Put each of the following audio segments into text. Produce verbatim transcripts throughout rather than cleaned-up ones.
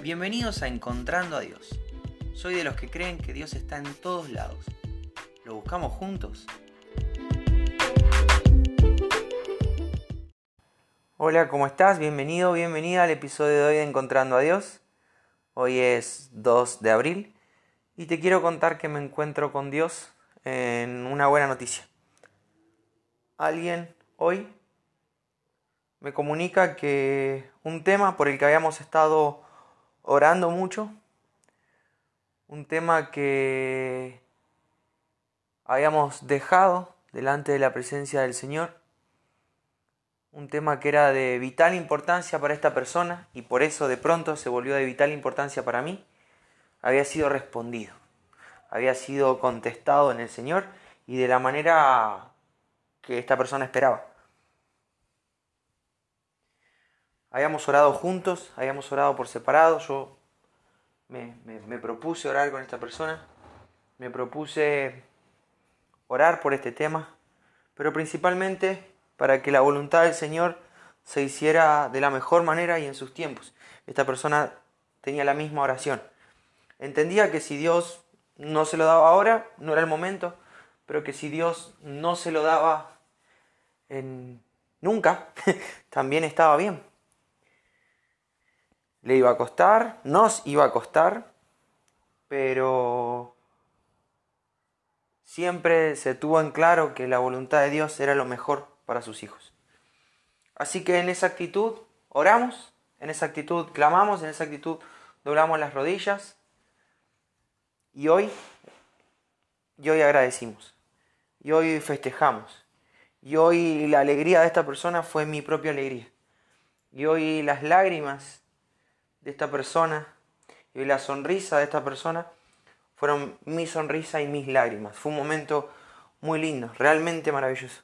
Bienvenidos a Encontrando a Dios. Soy de los que creen que Dios está en todos lados. ¿Lo buscamos juntos? Hola, ¿cómo estás? Bienvenido, bienvenida al episodio de hoy de Encontrando a Dios. Hoy es dos de abril y te quiero contar que me encuentro con Dios en una buena noticia. Alguien hoy me comunica que un tema por el que habíamos estado orando mucho, un tema que habíamos dejado delante de la presencia del Señor, un tema que era de vital importancia para esta persona y por eso de pronto se volvió de vital importancia para mí, había sido respondido, había sido contestado en el Señor y de la manera que esta persona esperaba. Habíamos orado juntos, habíamos orado por separado, yo me, me, me propuse orar con esta persona, me propuse orar por este tema, pero principalmente para que la voluntad del Señor se hiciera de la mejor manera y en sus tiempos. Esta persona tenía la misma oración. Entendía que si Dios no se lo daba ahora, no era el momento, pero que si Dios no se lo daba en nunca, también estaba bien. Le iba a costar, nos iba a costar, pero siempre se tuvo en claro que la voluntad de Dios era lo mejor para sus hijos. Así que en esa actitud oramos, en esa actitud clamamos, en esa actitud doblamos las rodillas y hoy, y hoy agradecimos, y hoy festejamos, y hoy la alegría de esta persona fue mi propia alegría, y hoy las lágrimas de esta persona y la sonrisa de esta persona fueron mi sonrisa y mis lágrimas. Fue un momento muy lindo, realmente maravilloso.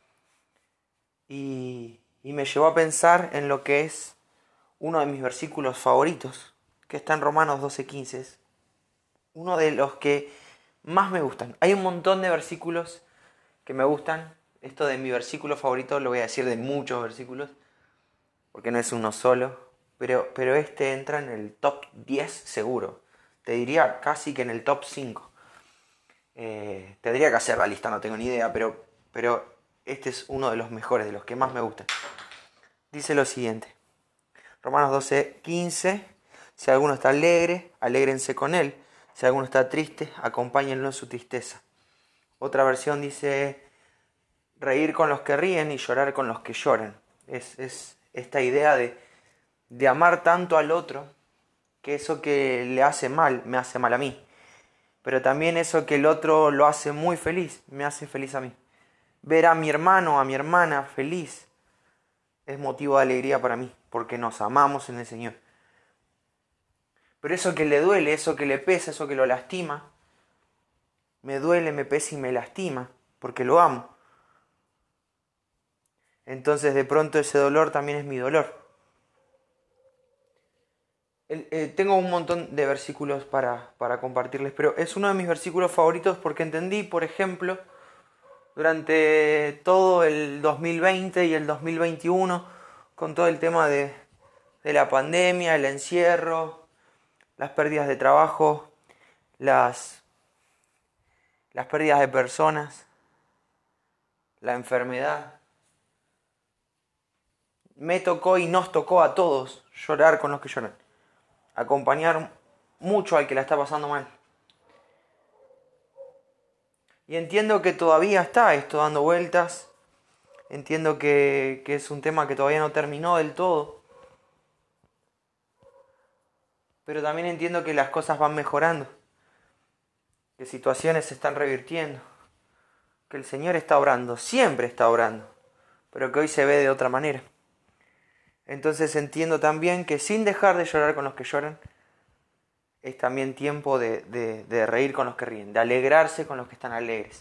Y, y me llevó a pensar en lo que es uno de mis versículos favoritos, que está en Romanos doce quince. Es uno de los que más me gustan. Hay un montón de versículos que me gustan. Esto de mi versículo favorito lo voy a decir de muchos versículos, porque no es uno solo. Pero, pero este entra en el top diez seguro. Te diría casi que en el top cinco. Eh, tendría que hacer la lista, no tengo ni idea, pero, pero este es uno de los mejores, de los que más me gustan. Dice lo siguiente. Romanos doce quince. Si alguno está alegre, alégrense con él. Si alguno está triste, acompáñenlo en su tristeza. Otra versión dice, reír con los que ríen y llorar con los que lloran. Es, es esta idea de... de amar tanto al otro, que eso que le hace mal, me hace mal a mí. Pero también eso que el otro lo hace muy feliz, me hace feliz a mí. Ver a mi hermano, a mi hermana feliz, es motivo de alegría para mí, porque nos amamos en el Señor. Pero eso que le duele, eso que le pesa, eso que lo lastima, me duele, me pesa y me lastima, porque lo amo. Entonces de pronto ese dolor también es mi dolor. Eh, tengo un montón de versículos para, para compartirles, pero es uno de mis versículos favoritos porque entendí, por ejemplo, durante todo el dos mil veinte y el dos mil veintiuno, con todo el tema de, de la pandemia, el encierro, las pérdidas de trabajo, las, las pérdidas de personas, la enfermedad, me tocó y nos tocó a todos llorar con los que lloran. Acompañar mucho al que la está pasando mal. Y entiendo que todavía está esto dando vueltas. Entiendo que, que es un tema que todavía no terminó del todo. Pero también entiendo que las cosas van mejorando. Que situaciones se están revirtiendo. Que el Señor está obrando. Siempre está obrando. Pero que hoy se ve de otra manera. Entonces entiendo también que sin dejar de llorar con los que lloran, es también tiempo de, de, de reír con los que ríen, de alegrarse con los que están alegres.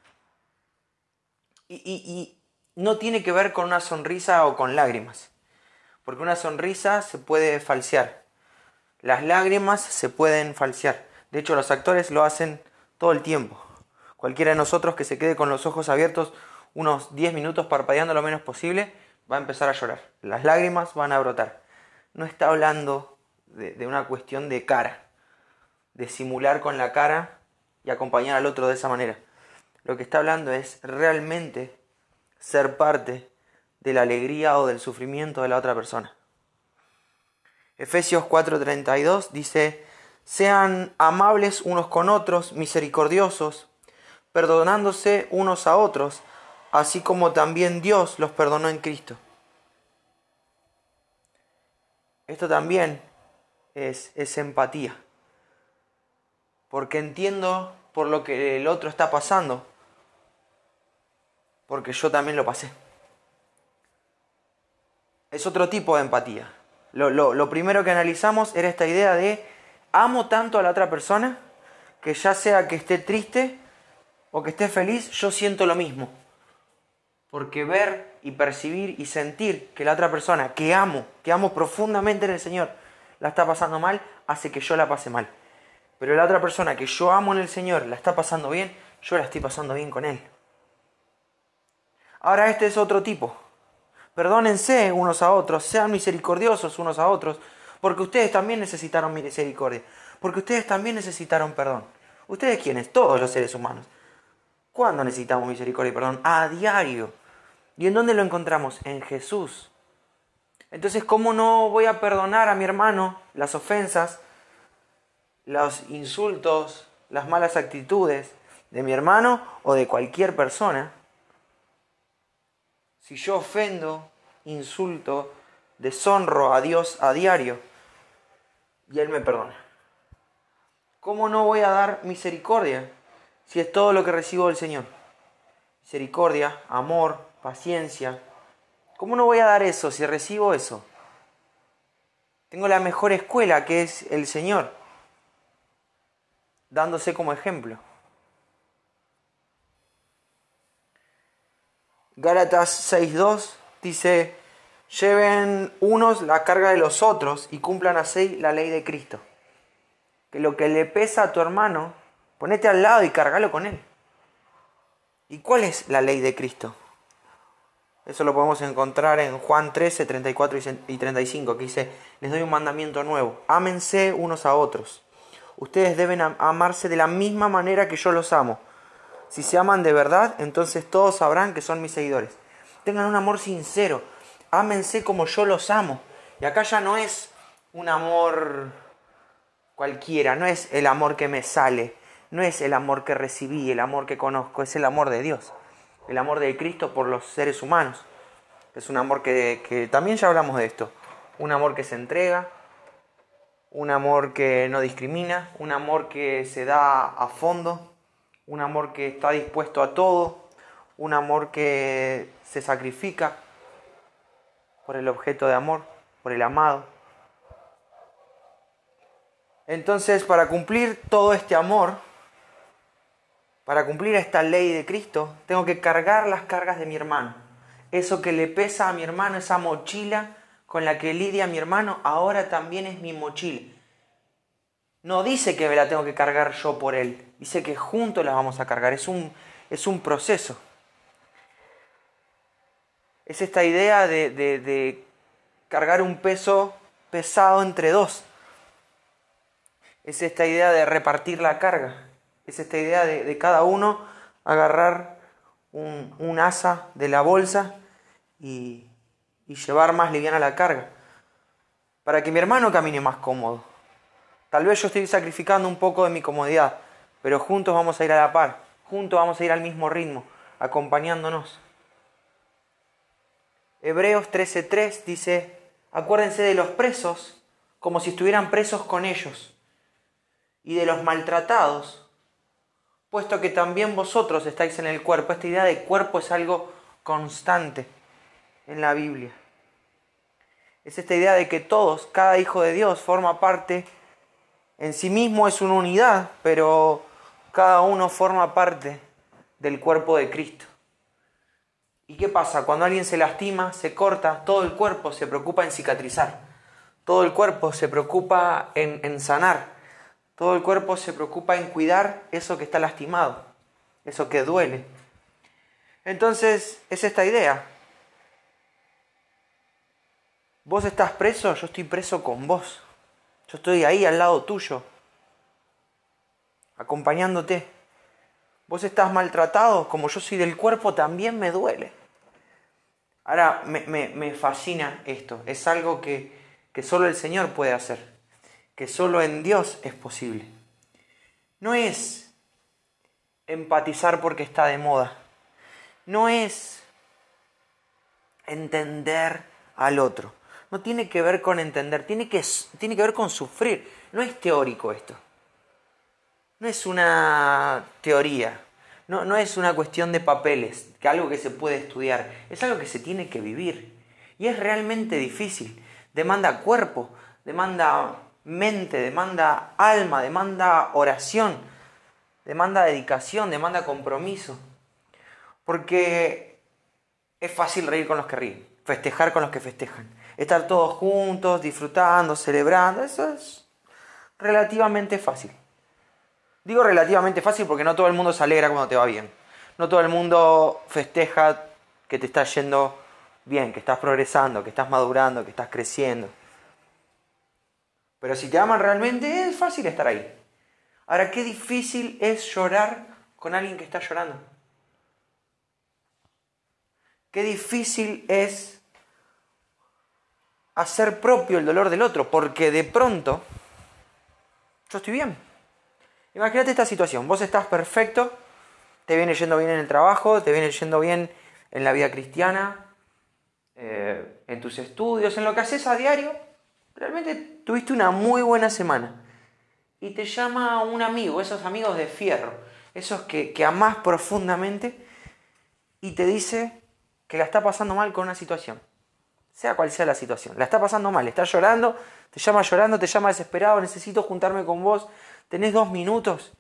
Y, y, y no tiene que ver con una sonrisa o con lágrimas, porque una sonrisa se puede falsear, las lágrimas se pueden falsear. De hecho, los actores lo hacen todo el tiempo. Cualquiera de nosotros que se quede con los ojos abiertos unos diez minutos parpadeando lo menos posible, va a empezar a llorar. Las lágrimas van a brotar. No está hablando de, de una cuestión de cara, de simular con la cara y acompañar al otro de esa manera. Lo que está hablando es realmente ser parte de la alegría o del sufrimiento de la otra persona. Efesios cuatro treinta y dos dice: sean amables unos con otros, misericordiosos, perdonándose unos a otros, así como también Dios los perdonó en Cristo. Esto también es, es empatía, porque entiendo por lo que el otro está pasando, porque yo también lo pasé. Es otro tipo de empatía. Lo, lo, lo primero que analizamos era esta idea de amo tanto a la otra persona que ya sea que esté triste o que esté feliz, yo siento lo mismo. Porque ver y percibir y sentir que la otra persona que amo, que amo profundamente en el Señor, la está pasando mal, hace que yo la pase mal. Pero la otra persona que yo amo en el Señor la está pasando bien, yo la estoy pasando bien con Él. Ahora este es otro tipo. Perdónense unos a otros, sean misericordiosos unos a otros, porque ustedes también necesitaron misericordia, porque ustedes también necesitaron perdón. ¿Ustedes quiénes? Todos los seres humanos. ¿Cuándo necesitamos misericordia y perdón? A diario. ¿Y en dónde lo encontramos? En Jesús. Entonces, ¿cómo no voy a perdonar a mi hermano las ofensas, los insultos, las malas actitudes de mi hermano o de cualquier persona? Si yo ofendo, insulto, deshonro a Dios a diario y Él me perdona. ¿Cómo no voy a dar misericordia si es todo lo que recibo del Señor? Misericordia, amor, paciencia. ¿Cómo no voy a dar eso si recibo eso? Tengo la mejor escuela, que es el Señor, dándose como ejemplo. Gálatas seis dos dice: lleven unos la carga de los otros y cumplan así la ley de Cristo. Que lo que le pesa a tu hermano, ponete al lado y cargalo con él. ¿Y cuál es la ley de Cristo? Eso lo podemos encontrar en Juan trece, treinta y cuatro y treinta y cinco, que dice: les doy un mandamiento nuevo, ámense unos a otros. Ustedes deben amarse de la misma manera que yo los amo. Si se aman de verdad, entonces todos sabrán que son mis seguidores. Tengan un amor sincero, ámense como yo los amo. Y acá ya no es un amor cualquiera, no es el amor que me sale, no es el amor que recibí, el amor que conozco, es el amor de Dios. El amor de Cristo por los seres humanos. Es un amor que, que también ya hablamos de esto. Un amor que se entrega, un amor que no discrimina, un amor que se da a fondo, un amor que está dispuesto a todo, un amor que se sacrifica por el objeto de amor, por el amado. Entonces, para cumplir todo este amor, para cumplir esta ley de Cristo, tengo que cargar las cargas de mi hermano. Eso que le pesa a mi hermano, esa mochila con la que lidia mi hermano, ahora también es mi mochila. No dice que me la tengo que cargar yo por él, dice que juntos la vamos a cargar, es un, es un proceso. Es esta idea de, de, de cargar un peso pesado entre dos. Es esta idea de repartir la carga. Es esta idea de, de cada uno agarrar un, un asa de la bolsa y, y llevar más liviana la carga. Para que mi hermano camine más cómodo. Tal vez yo estoy sacrificando un poco de mi comodidad, pero juntos vamos a ir a la par. Juntos vamos a ir al mismo ritmo, acompañándonos. Hebreos trece tres dice: acuérdense de los presos como si estuvieran presos con ellos, y de los maltratados, puesto que también vosotros estáis en el cuerpo. Esta idea de cuerpo es algo constante en la Biblia. Es esta idea de que todos, cada hijo de Dios, forma parte, en sí mismo es una unidad, pero cada uno forma parte del cuerpo de Cristo. ¿Y qué pasa? Cuando alguien se lastima, se corta, todo el cuerpo se preocupa en cicatrizar. Todo el cuerpo se preocupa en, en sanar. Todo el cuerpo se preocupa en cuidar eso que está lastimado, eso que duele. Entonces, es esta idea. Vos estás preso, yo estoy preso con vos. Yo estoy ahí al lado tuyo, acompañándote. Vos estás maltratado, como yo soy del cuerpo, también me duele. Ahora, me, me, me fascina esto. Es algo que, que solo el Señor puede hacer. Que solo en Dios es posible. No es empatizar porque está de moda. No es entender al otro. No tiene que ver con entender. Tiene que, tiene que ver con sufrir. No es teórico esto. No es una teoría. No, no es una cuestión de papeles, que algo que se puede estudiar, es algo que se tiene que vivir. Y es realmente difícil. Demanda cuerpo, demanda mente, demanda alma, demanda oración, demanda dedicación, demanda compromiso. Porque es fácil reír con los que ríen, festejar con los que festejan, estar todos juntos, disfrutando, celebrando, eso es relativamente fácil. Digo relativamente fácil porque no todo el mundo se alegra cuando te va bien. No todo el mundo festeja que te está yendo bien, que estás progresando, que estás madurando, que estás creciendo. Pero si te aman realmente, es fácil estar ahí. Ahora, qué difícil es llorar con alguien que está llorando. Qué difícil es hacer propio el dolor del otro, porque de pronto yo estoy bien. Imagínate esta situación, vos estás perfecto, te viene yendo bien en el trabajo, te viene yendo bien en la vida cristiana, eh, en tus estudios, en lo que haces a diario. Realmente tuviste una muy buena semana. Y te llama un amigo, esos amigos de fierro, esos que, que amás profundamente, y te dice que la está pasando mal con una situación. Sea cual sea la situación, la está pasando mal, está llorando, te llama llorando, te llama desesperado, necesito juntarme con vos. ¿Tenés dos minutos?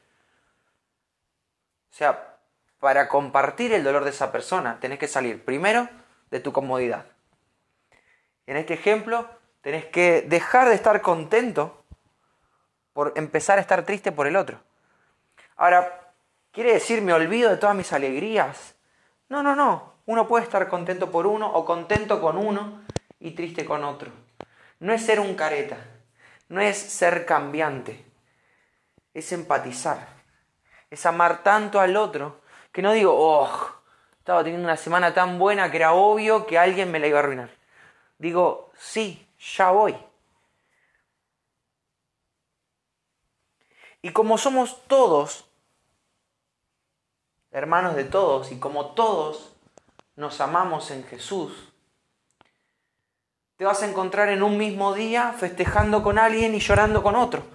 O sea, para compartir el dolor de esa persona, tenés que salir primero de tu comodidad. En este ejemplo, tenés que dejar de estar contento por empezar a estar triste por el otro. Ahora, ¿quiere decir me olvido de todas mis alegrías? No, no, no. Uno puede estar contento por uno o contento con uno y triste con otro. No es ser un careta, no es ser cambiante. Es empatizar, es amar tanto al otro, que no digo, oh, estaba teniendo una semana tan buena que era obvio que alguien me la iba a arruinar. Digo, sí, ya voy. Y como somos todos hermanos de todos, y como todos nos amamos en Jesús, te vas a encontrar en un mismo día festejando con alguien y llorando con otro.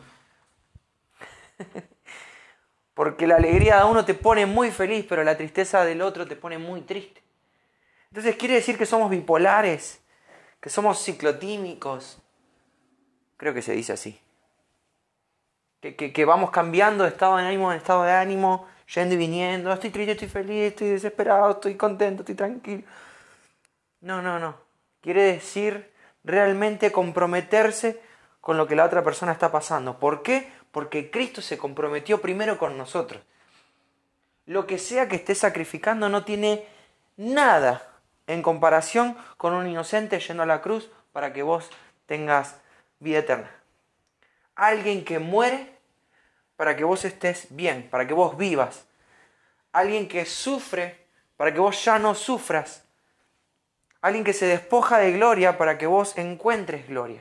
Porque la alegría de uno te pone muy feliz, pero la tristeza del otro te pone muy triste. Entonces quiere decir que somos bipolares, que somos ciclotímicos. Creo que se dice así. Que, que, que vamos cambiando de estado de ánimo en estado de ánimo, yendo y viniendo. Estoy triste, estoy feliz, estoy desesperado, estoy contento, estoy tranquilo. No, no, no. Quiere decir realmente comprometerse con lo que la otra persona está pasando. ¿Por qué? Porque Cristo se comprometió primero con nosotros. Lo que sea que esté sacrificando no tiene nada en comparación con un inocente yendo a la cruz para que vos tengas vida eterna. Alguien que muere para que vos estés bien, para que vos vivas. Alguien que sufre para que vos ya no sufras. Alguien que se despoja de gloria para que vos encuentres gloria.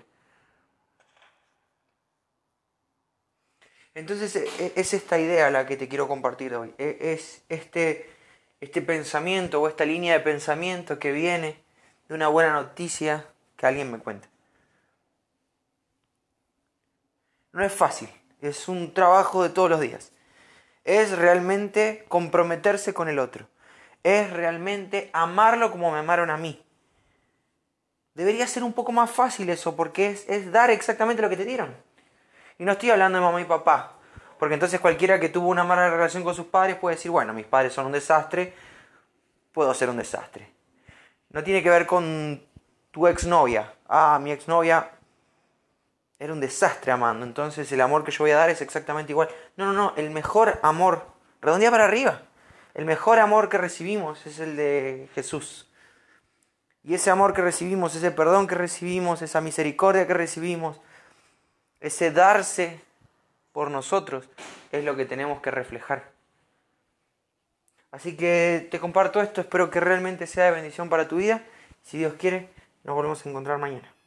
Entonces es esta idea la que te quiero compartir hoy. Es este, este pensamiento o esta línea de pensamiento que viene de una buena noticia que alguien me cuenta. No es fácil, es un trabajo de todos los días. Es realmente comprometerse con el otro. Es realmente amarlo como me amaron a mí. Debería ser un poco más fácil eso, porque es, es dar exactamente lo que te dieron. Y no estoy hablando de mamá y papá, porque entonces cualquiera que tuvo una mala relación con sus padres puede decir, bueno, mis padres son un desastre, puedo ser un desastre. No tiene que ver con tu exnovia. Ah, mi exnovia era un desastre amando, entonces el amor que yo voy a dar es exactamente igual. No, no, no, el mejor amor, redondea para arriba, el mejor amor que recibimos es el de Jesús. Y ese amor que recibimos, ese perdón que recibimos, esa misericordia que recibimos, ese darse por nosotros es lo que tenemos que reflejar. Así que te comparto esto, espero que realmente sea de bendición para tu vida. Si Dios quiere, nos volvemos a encontrar mañana.